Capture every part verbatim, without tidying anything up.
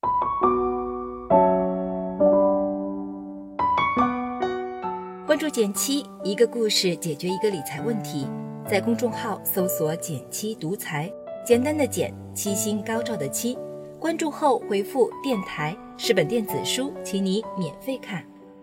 关注减七，一个故事解决一个理财问题。在公众号搜索减七独裁，简单的减，七星高照的七。关注后回复电台，是本电子书，请你免费看。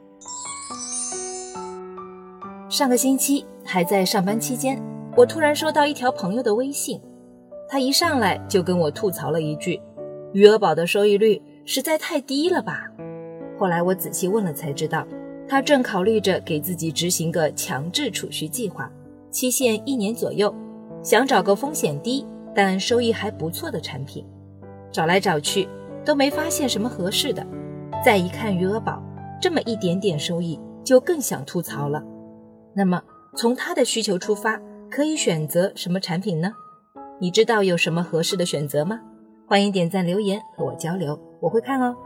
上个星期还在上班期间，我突然收到一条朋友的微信，他一上来就跟我吐槽了一句：余额宝的收益率实在太低了吧。后来我仔细问了才知道，他正考虑着给自己执行个强制储蓄计划，期限一年左右，想找个风险低但收益还不错的产品。找来找去都没发现什么合适的，再一看余额宝这么一点点收益，就更想吐槽了。那么从他的需求出发，可以选择什么产品呢？你知道有什么合适的选择吗？欢迎点赞留言和我交流，我会看哦。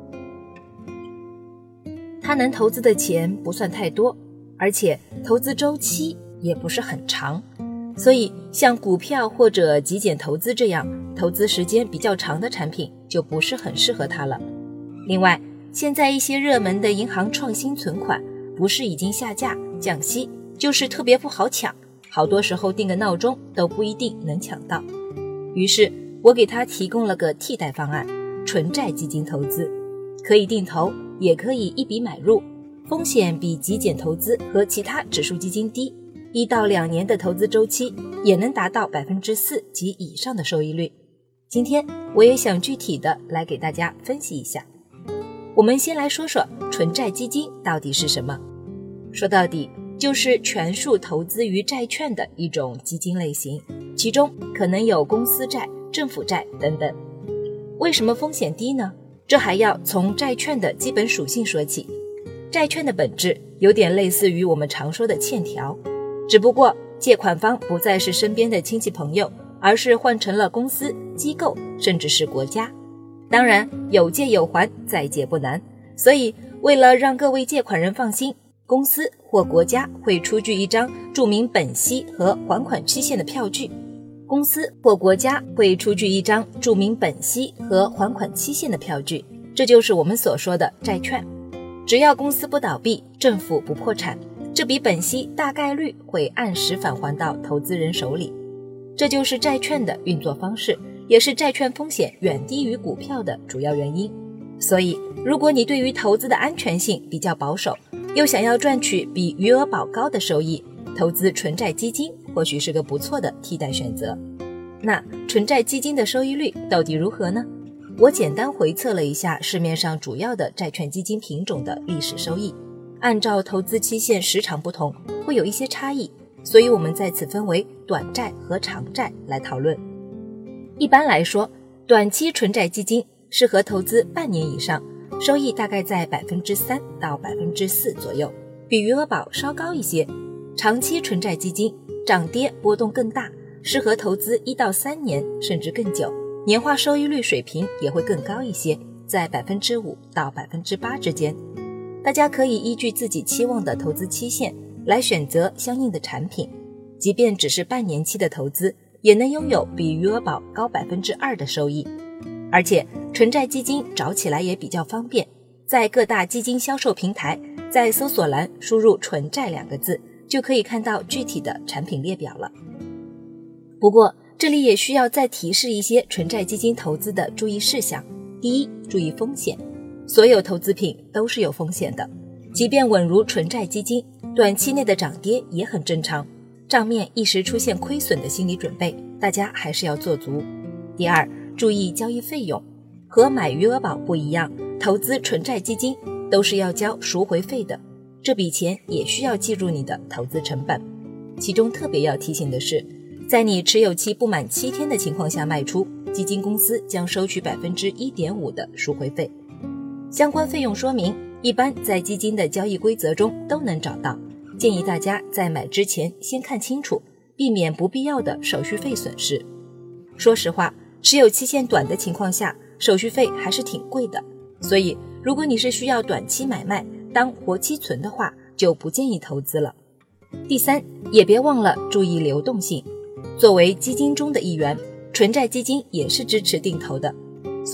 他能投资的钱不算太多，而且投资周期也不是很长，所以像股票或者极简投资这样投资时间比较长的产品就不是很适合他了。另外，现在一些热门的银行创新存款不是已经下架降息，就是特别不好抢，好多时候定个闹钟都不一定能抢到。于是我给他提供了个替代方案，纯债基金投资，可以定投，也可以一笔买入，风险比极简投资和其他指数基金低，一到两年的投资周期也能达到 百分之四 及以上的收益率。今天我也想具体的来给大家分析一下。我们先来说说纯债基金到底是什么。说到底就是全数投资于债券的一种基金类型，其中可能有公司债、政府债等等。为什么风险低呢？这还要从债券的基本属性说起。债券的本质有点类似于我们常说的欠条，只不过借款方不再是身边的亲戚朋友，而是换成了公司、机构，甚至是国家。当然有借有还，再借不难，所以为了让各位借款人放心，公司或国家会出具一张注明本息和还款期限的票据。公司或国家会出具一张注明本息和还款期限的票据，这就是我们所说的债券。只要公司不倒闭，政府不破产，这笔本息大概率会按时返还到投资人手里。这就是债券的运作方式，也是债券风险远低于股票的主要原因。所以如果你对于投资的安全性比较保守，又想要赚取比余额宝高的收益，投资纯债基金或许是个不错的替代选择。那纯债基金的收益率到底如何呢？我简单回测了一下市面上主要的债券基金品种的历史收益，按照投资期限时长不同，会有一些差异，所以我们在此分为短债和长债来讨论。一般来说，短期纯债基金适合投资半年以上，收益大概在 百分之三 到 百分之四 左右，比余额宝稍高一些。长期纯债基金涨跌波动更大，适合投资一到三年甚至更久，年化收益率水平也会更高一些，在 百分之五 到 百分之八 之间。大家可以依据自己期望的投资期限来选择相应的产品，即便只是半年期的投资，也能拥有比余额宝高 百分之二 的收益。而且纯债基金找起来也比较方便，在各大基金销售平台，在搜索栏输入纯债两个字，就可以看到具体的产品列表了。不过这里也需要再提示一些纯债基金投资的注意事项。第一，注意风险，所有投资品都是有风险的，即便稳如纯债基金，短期内的涨跌也很正常，账面一时出现亏损的心理准备，大家还是要做足。第二，注意交易费用，和买余额宝不一样，投资纯债基金都是要交赎回费的，这笔钱也需要计入你的投资成本。其中特别要提醒的是，在你持有期不满七天的情况下卖出，基金公司将收取 百分之一点五 的赎回费。相关费用说明一般在基金的交易规则中都能找到，建议大家在买之前先看清楚，避免不必要的手续费损失。说实话，持有期限短的情况下，手续费还是挺贵的，所以如果你是需要短期买卖当活期存的话，就不建议投资了。第三，也别忘了注意流动性。作为基金中的一员，纯债基金也是支持定投的，所以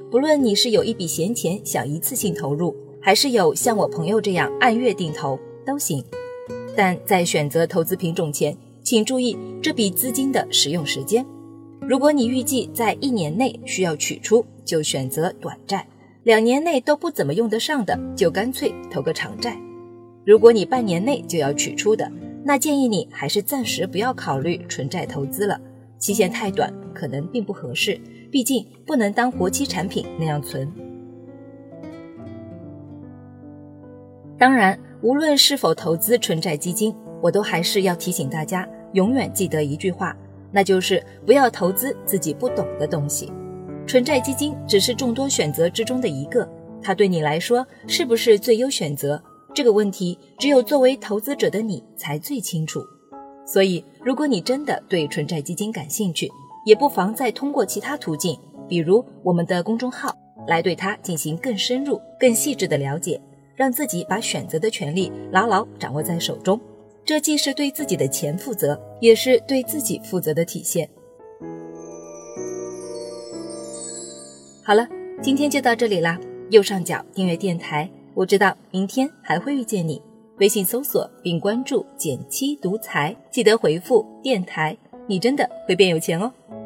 不论你是有一笔闲钱想一次性投入，还是有像我朋友这样按月定投，都行。但在选择投资品种前，请注意这笔资金的使用时间。如果你预计在一年内需要取出，就选择短债；两年内都不怎么用得上的，就干脆投个长债。如果你半年内就要取出的，那建议你还是暂时不要考虑纯债投资了，期限太短，可能并不合适，毕竟不能当活期产品那样存。当然，无论是否投资纯债基金，我都还是要提醒大家，永远记得一句话，那就是不要投资自己不懂的东西。纯债基金只是众多选择之中的一个，它对你来说是不是最优选择？这个问题只有作为投资者的你才最清楚。所以，如果你真的对纯债基金感兴趣，也不妨再通过其他途径，比如我们的公众号，来对它进行更深入、更细致的了解，让自己把选择的权利牢牢掌握在手中。这既是对自己的钱负责，也是对自己负责的体现。好了，今天就到这里啦。右上角订阅电台，我知道明天还会遇见你。微信搜索并关注减七独裁，记得回复电台，你真的会变有钱哦。